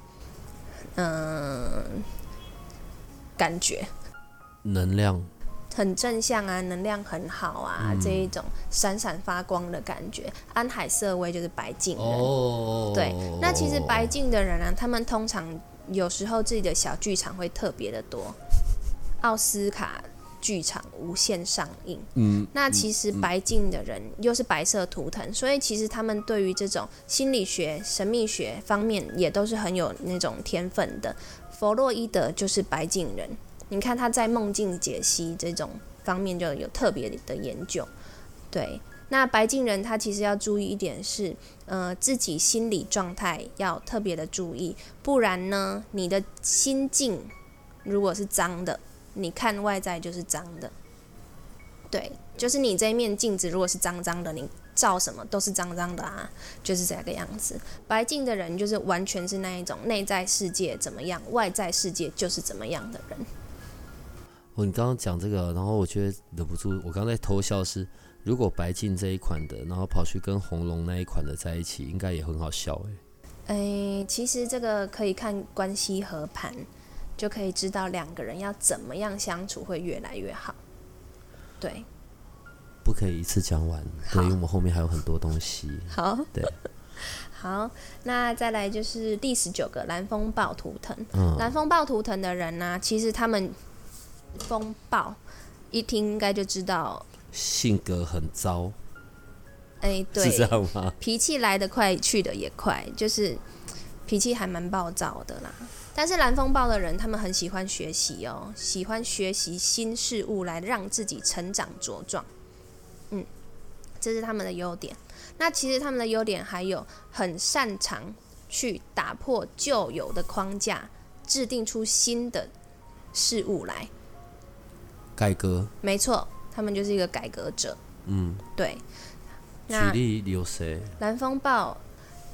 嗯，感觉， 能量。 很正向啊，能量很好啊，嗯、这一种闪闪发光的感觉。安海瑟薇就是白镜人， 哦、 对。那其实白镜的人啊，他们通常有时候自己的小剧场会特别的多，奥斯卡剧场无限上映。 嗯， 那其实白镜的人又是白色图腾，所以其实他们对于这种心理学、神秘学方面也都是很有那种天分的。弗洛伊德就是白镜人。你看他在梦境解析这种方面就有特别的研究，对。那白镜人他其实要注意一点是，呃，自己心理状态要特别的注意，不然呢，你的心境如果是脏的，你看外在就是脏的，对，就是你这一面镜子如果是脏脏的，你照什么都是脏脏的啊，就是这个样子。白镜的人就是完全是那一种内在世界怎么样，外在世界就是怎么样的人。 哦，你刚刚讲这个，然后我觉得忍不住，我刚才偷笑是，如果白镜这一款的，然后跑去跟红龙那一款的在一起，应该也很好笑哎。 诶，其实这个可以看关系合盘，就可以知道两个人要怎么样相处会越来越好。对， 不可以一次讲完，对，因为我们后面还有很多东西。 好， 对。 好，那再来就是第十九个蓝风暴图腾。 嗯、 蓝风暴图腾的人呢、啊，其实他们风暴一听应该就知道性格很糟。 哎，对， 是这样吗？ 脾气来得快，去得也快，就是脾气还蛮暴躁的啦。但是蓝风暴的人，他们很喜欢学习哦，喜欢学习新事物来让自己成长茁壮。嗯，这是他们的优点。那其实他们的优点还有很擅长去打破旧有的框架，制定出新的事物来。 改革。 没错，他们就是一个改革者。 嗯， 对。 举例有谁？ 蓝风暴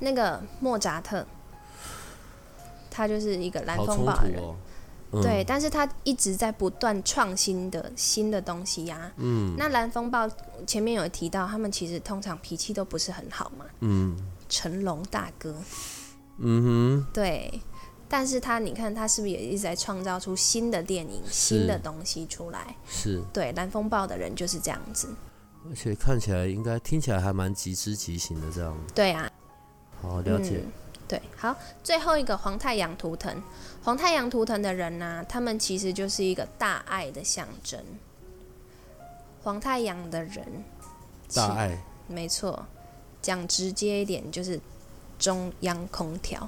那个莫扎特，他就是一个蓝好风暴的人。 冲突哦。嗯、 对，但是他一直在不断创新的新的东西呀、啊。嗯，那蓝风暴前面有提到，他们其实通常脾气都不是很好嘛。 嗯， 成龙大哥。 嗯哼。 对，但是他你看他是不是也一直在创造出新的电影、新的东西出来？ 是。对， 蓝风暴的人就是这样子。 而且看起来应该听起来还蛮极之极行的这样。 对啊。 好，了解。 嗯对，好，最后一个黄太阳图腾，黄太阳图腾的人呢、啊，他们其实就是一个大爱的象征。黄太阳的人， 大爱， 没错，讲直接一点就是中央空调。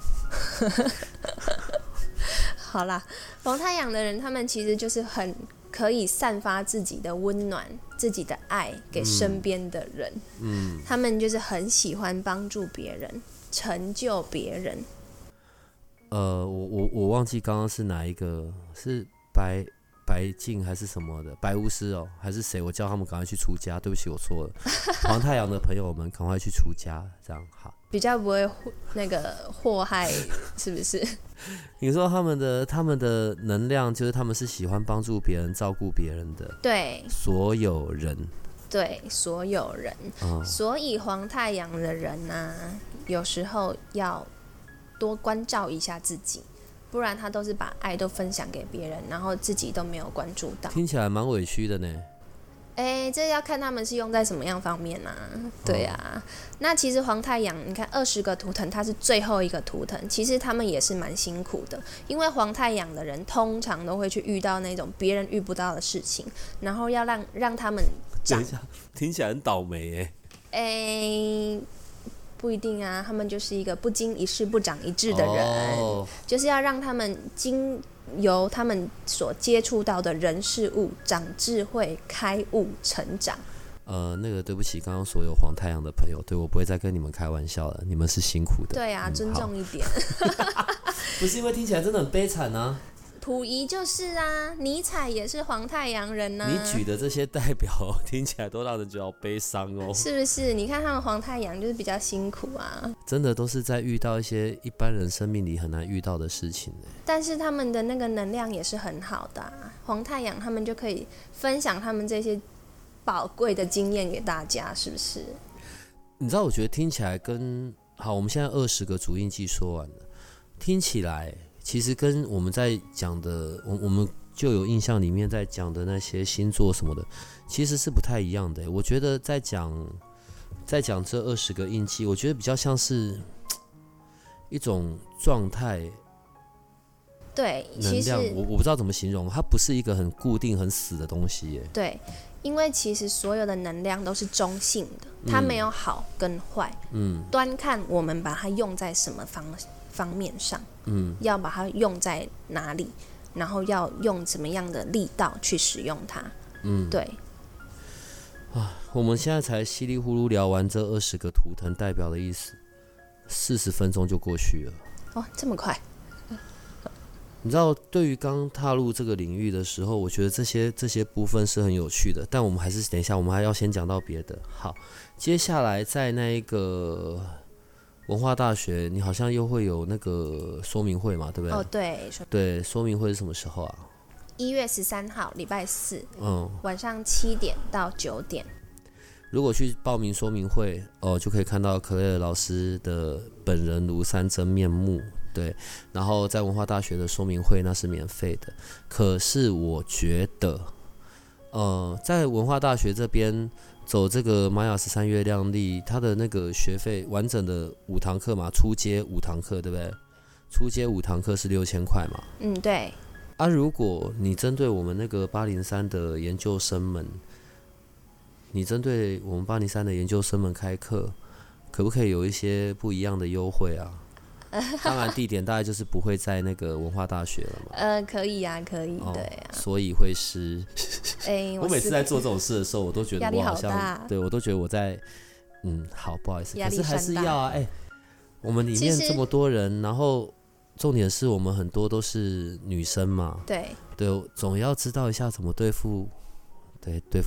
好啦，黄太阳的人，他们其实就是很可以散发自己的温暖、自己的爱给身边的人。嗯，他们就是很喜欢帮助别人。成就别人。 呃，我我我忘记刚刚是哪一个，是白白净还是什么的白巫师哦，还是谁？我叫他们赶快去出家。对不起，我错了。黄太阳的朋友们，赶快去出家，这样好， 比较不会那个祸害，是不是？ 你说他们的他们的能量，就是他们是喜欢帮助别人、照顾别人的， 对， 所有人。 对，所有人、嗯、所以黄太阳的人呢、啊，有时候要多关照一下自己，不然他都是把爱都分享给别人，然后自己都没有关注到。 听起来蛮委屈的呢。 哎，这要看他们是用在什么样方面啊？对啊，嗯、那其实黄太阳，你看二十个图腾，它是最后一个图腾，其实他们也是蛮辛苦的，因为黄太阳的人通常都会去遇到那种别人遇不到的事情，然后要让让他们。 等一下，听起来很倒霉哎。 哎，不一定啊，他们就是一个不经一事不长一智的人，哦、就是要让他们经由他们所接触到的人事物长智慧、开悟、成长。 呃，那个对不起，刚刚所有黄太阳的朋友，对我不会再跟你们开玩笑了，你们是辛苦的。 对啊，嗯、尊重一点。 不是因为听起来真的很悲惨啊。 溥仪就是啊，尼采也是黄太阳人啊。 你举的这些代表听起来都让人觉得好悲伤哦。 是不是？你看他们黄太阳就是比较辛苦啊。 真的都是在遇到一些一般人生命里很难遇到的事情。 但是他们的那个能量也是很好的、啊，黄太阳他们就可以分享他们这些宝贵的经验给大家，是不是？ 你知道，我觉得听起来跟好，我们现在二十个主印记说完了，听起来。其实跟我们在讲的，我我们就有印象里面在讲的那些星座什么的，其实是不太一样的。我觉得在讲在讲这二十个印记，我觉得比较像是一种状态， 对， 能量，我我不知道怎么形容，它不是一个很固定、很死的东西耶。 对，因为其实所有的能量都是中性的，它没有好跟坏，嗯，端看我们把它用在什么方方面上。嗯，要把它用在哪里，然后要用怎么样的力道去使用它。嗯，对。 啊，我们现在才稀里糊涂聊完这二十个图腾代表的意思，四十分钟就过去了。 哦，这么快？ 你知道，对于刚踏入这个领域的时候，我觉得这些这些部分是很有趣的，但我们还是等一下，我们还要先讲到别的。好，接下来在那一个。文化大学，你好像又会有那个说明会嘛，对不对？ 哦，对， 对，说明会是什么时候啊？ 一月十三号，礼拜四， 嗯， 晚上七点到九点。 如果去报名说明会，哦，就可以看到可乐老师的本人庐山真面目。对，然后在文化大学的说明会那是免费的，可是我觉得，呃，在文化大学这边。走这个玛雅十三月亮历，它的那个学费完整的五堂课嘛，初阶五堂课，对不对？初阶五堂课是六千块嘛。 嗯，对。 啊，如果你针对我们那个八零三的研究生们，你针对我们八零三的研究生们开课，可不可以有一些不一样的优惠啊？当然，地点大概就是不会在那个文化大学了嘛。 呃，可以啊，可以， 哦、 对啊。 所以会是， 欸、 我每次在做这种事的时候，我都觉得我好像， 好对我都觉得我在，嗯，好，不好意思，可是还是要啊，哎、欸，我们里面这么多人，然后重点是我们很多都是女生嘛， 对， 对，总要知道一下怎么对付，对，对付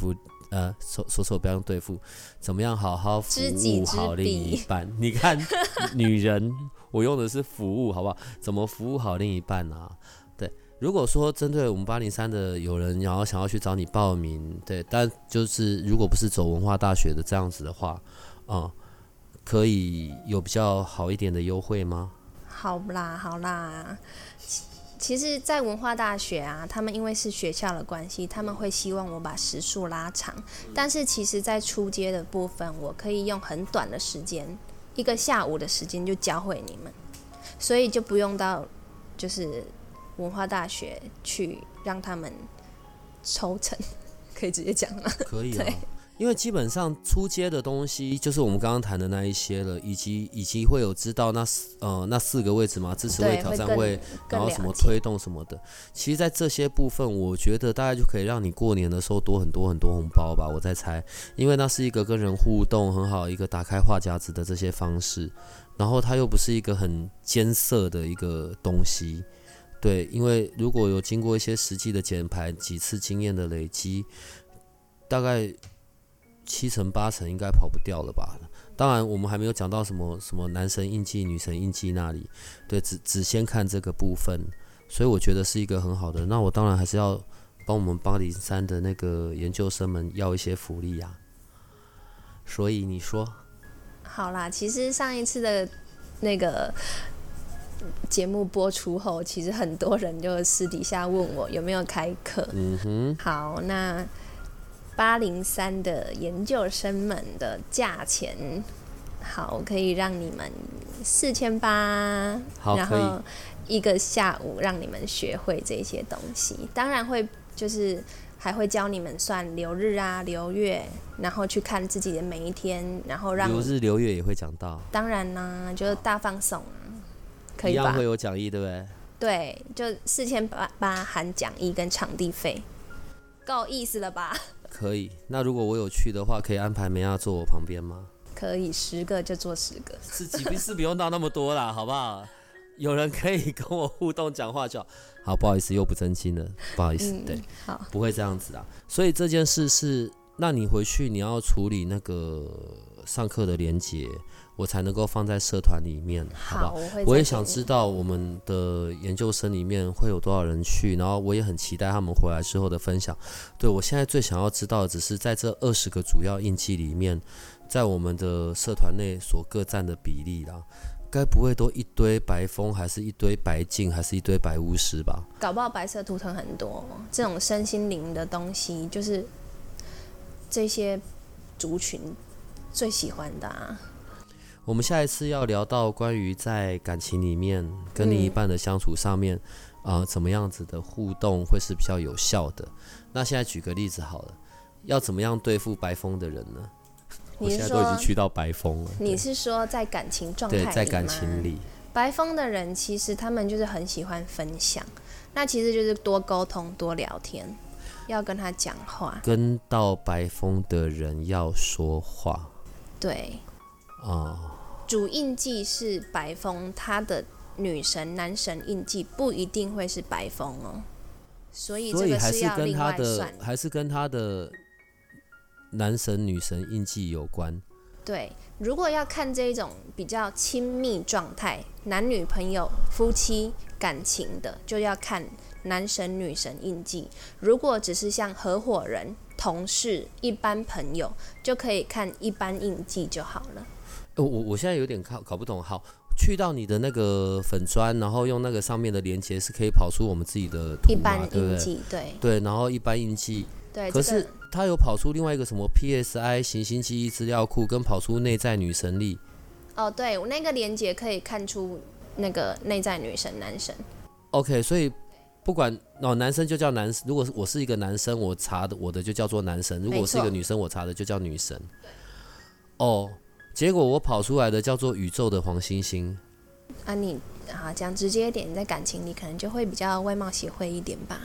呃，说说错，不要用对付，怎么样好好服务好另一半？你看，女人，我用的是服务，好不好？怎么服务好另一半啊？对，如果说针对我们八零三的有人，然后想要去找你报名，对，但就是如果不是走文化大学的这样子的话，嗯，可以有比较好一点的优惠吗？ 好啦，好啦。其实，在文化大学啊，他们因为是学校的关系，他们会希望我把时数拉长。但是，其实，在初阶的部分，我可以用很短的时间，一个下午的时间就教会你们，所以就不用到就是文化大学去让他们抽成，可以直接讲吗？ 可以啊。因为基本上初阶的东西就是我们刚刚谈的那一些了，以及以及会有知道那呃那四个位置嘛，支持位、挑战位，然后什么推动什么的。其实，在这些部分，我觉得大概就可以让你过年的时候多很多很多红包吧，我在猜，因为那是一个跟人互动很好一个打开话匣子的这些方式，然后它又不是一个很艰涩的一个东西。对，因为如果有经过一些实际的检排，几次经验的累积，大概七成八成应该跑不掉了吧？当然，我们还没有讲到什么什么男神印记、女神印记那里，对，只只先看这个部分，所以我觉得是一个很好的。那我当然还是要帮我们八零三的那个研究生们要一些福利啊。所以你说， 好啦，其实上一次的那个节目播出后，其实很多人就私底下问我有没有开课。 嗯哼， 好，那八零三的研究生们的价钱，好，可以让你们四千八，然后一个下午让你们学会这些东西。当然会就是还会教你们算流日啊、流月，然后去看自己的每一天，然后让流日流月也会讲到。 当然啦，就是大放送啊，可以吧？ 一样会有讲义，对不对？ 对，就四千八含讲义跟场地费，够意思了吧？ 可以。那如果我有去的话，可以安排梅亚坐我旁边吗？ 可以，十个就做十个。 是几是不用到那么多啦，好不好？有人可以跟我互动讲话就好。好，不好意思，又不正经了，不好意思，嗯、对， 好， 不会这样子啊。所以这件事是，那你回去你要处理那个上课的连结，我才能够放在社团里面，好不好？ 我, 我也想知道我们的研究生里面会有多少人去，然后我也很期待他们回来之后的分享。对，我现在最想要知道的只是在这二十个主要印记里面，在我们的社团内所各占的比例啦。该不会都一堆白风，还是一堆白净，还是一堆白巫师吧？ 搞不好白色图腾很多，这种身心灵的东西，就是这些族群最喜欢的啊。 我们下一次要聊到关于在感情里面跟另一半的相处上面，嗯、呃，怎么样子的互动会是比较有效的？那现在举个例子好了，要怎么样对付白风的人呢？我现在都已经去到白风了。 你是说在感情状态里吗？ 对，在感情里， 白风的人其实他们就是很喜欢分享，那其实就是多沟通、多聊天，要跟他讲话。 跟到白风的人要说话。 对。 哦。 主印记是白风，他的女神、男神印记不一定会是白风哦，所以这个是要另外算。 还是跟他的男神女神印记有关。 对，如果要看这种比较亲密状态，男女朋友、夫妻感情的，就要看男神女神印记。如果只是像合伙人、同事、一般朋友，就可以看一般印记就好了。 我我现在有点搞搞不懂，好，去到你的那个粉专，然后用那个上面的连结是可以跑出我们自己的图嘛， 一般印记， 对对对，然后一般印记， 对， 可是它有跑出另外一个什么 P S I 行星记忆资料库，跟跑出内在女神力。 哦，对，我那个连结可以看出那个内在女神、男神。 OK， 所以不管哦，男生就叫男，如果我是一个男生，我查的我的就叫做男神；如果我是一个女生，我查的就叫女神。哦。结果我跑出来的叫做宇宙的黄星星啊你！你啊讲直接一点，你在感情里可能就会比较外貌协会一点吧，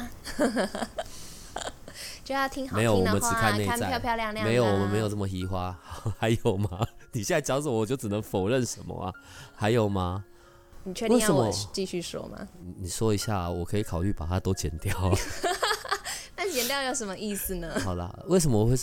就要听好听的话， 没有，我们只看内在， 看漂漂亮亮的。 没有，我们没有这么移花。还有吗？你现在讲什么，我就只能否认什么啊？还有吗？ 你确定要我继续说吗？ 你说一下，我可以考虑把它都剪掉。 那剪掉有什么意思呢？ 好啦，为什么会是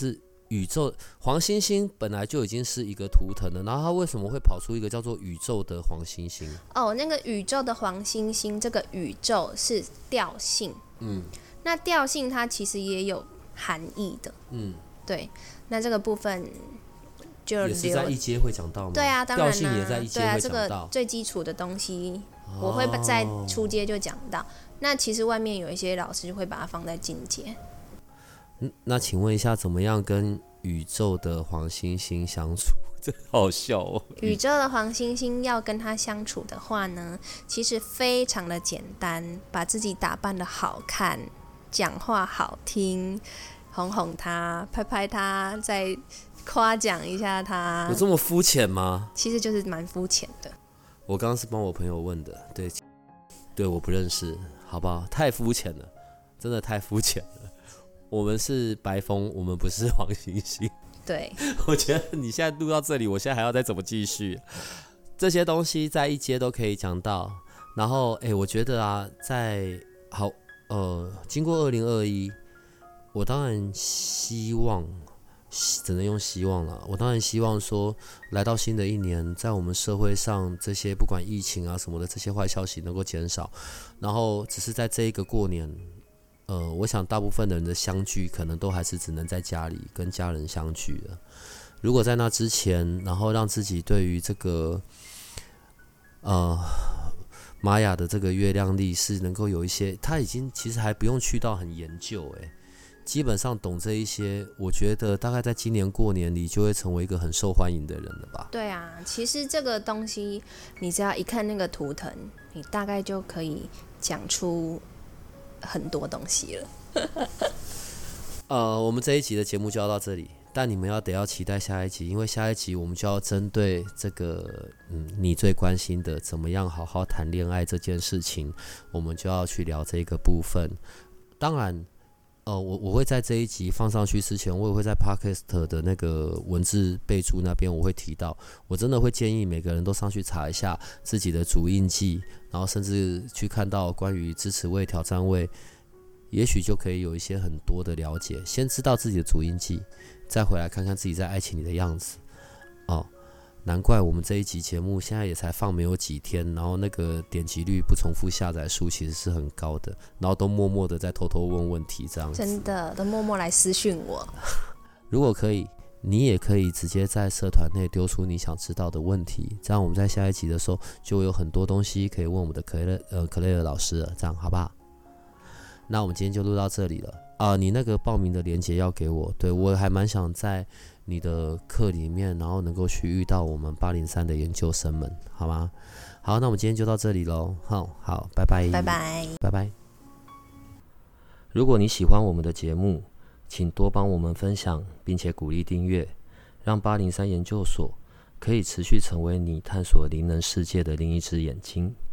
宇宙黄星星本来就已经是一个图腾了，然后它为什么会跑出一个叫做宇宙的黄星星？ 哦，那个宇宙的黄星星，这个宇宙是调性，嗯，那调性它其实也有含义的，嗯，对，那这个部分就也是在一阶会讲到吗？ 对啊，当然啦、啊， 调性也在一阶会讲到， 对啊，这个最基础的东西，我会在初阶就讲到。哦、那其实外面有一些老师会把它放在进阶。 那请问一下，怎么样跟宇宙的黄星星相处？真好笑哦！ 宇宙的黄星星要跟他相处的话呢，其实非常的简单，把自己打扮的好看，讲话好听，哄哄他，拍拍他，再夸奖一下他。 有这么肤浅吗？ 其实就是蛮肤浅的。 我刚刚是帮我朋友问的，对，对，我不认识，好不好？太肤浅了，真的太肤浅了。我们是白风，我们不是黄星星。 对， 我觉得你现在录到这里，我现在还要再怎么继续？这些东西在一阶都可以讲到。然后，哎、欸，我觉得啊，在好呃，经过二零二一，我当然希望，只能用希望了。我当然希望说，来到新的一年，在我们社会上这些不管疫情啊什么的这些坏消息能够减少，然后只是在这一个过年。呃，我想大部分的人的相聚，可能都还是只能在家里跟家人相聚了。如果在那之前，然后让自己对于这个呃玛雅的这个月亮历是能够有一些，他已经其实还不用去到很研究，哎，基本上懂这一些，我觉得大概在今年过年里就会成为一个很受欢迎的人了吧？ 对啊，其实这个东西，你只要一看那个图腾，你大概就可以讲出很多东西了。 呃，我们这一集的节目就要到这里，但你们要得要期待下一集，因为下一集我们就要针对这个嗯你最关心的怎么样好好谈恋爱这件事情，我们就要去聊这个部分。当然，呃，我我会在这一集放上去之前，我也会在 Podcast 的那个文字备注那边我会提到，我真的会建议每个人都上去查一下自己的主印记，然后甚至去看到关于支持位、挑战位，也许就可以有一些很多的了解。先知道自己的主印记，再回来看看自己在爱情里的样子。哦，难怪我们这一集节目现在也才放没有几天，然后那个点击率、不重复下载数其实是很高的，然后都默默的在偷偷问问题这样子。 真的，都默默来私讯我。 如果可以，你也可以直接在社团内丢出你想知道的问题，这样我们在下一集的时候就有很多东西可以问我们的可雷呃可雷尔老师了，这样好不好？那我们今天就录到这里了啊、呃！你那个报名的连结要给我，对，我还蛮想在你的课里面，然后能够去遇到我们八零三的研究生们，好吗？好，那我们今天就到这里咯。好，好，拜拜， 拜拜， 拜拜。如果你喜欢我们的节目，请多帮我们分享，并且鼓励订阅，让八零三研究所可以持续成为你探索灵能世界的另一只眼睛。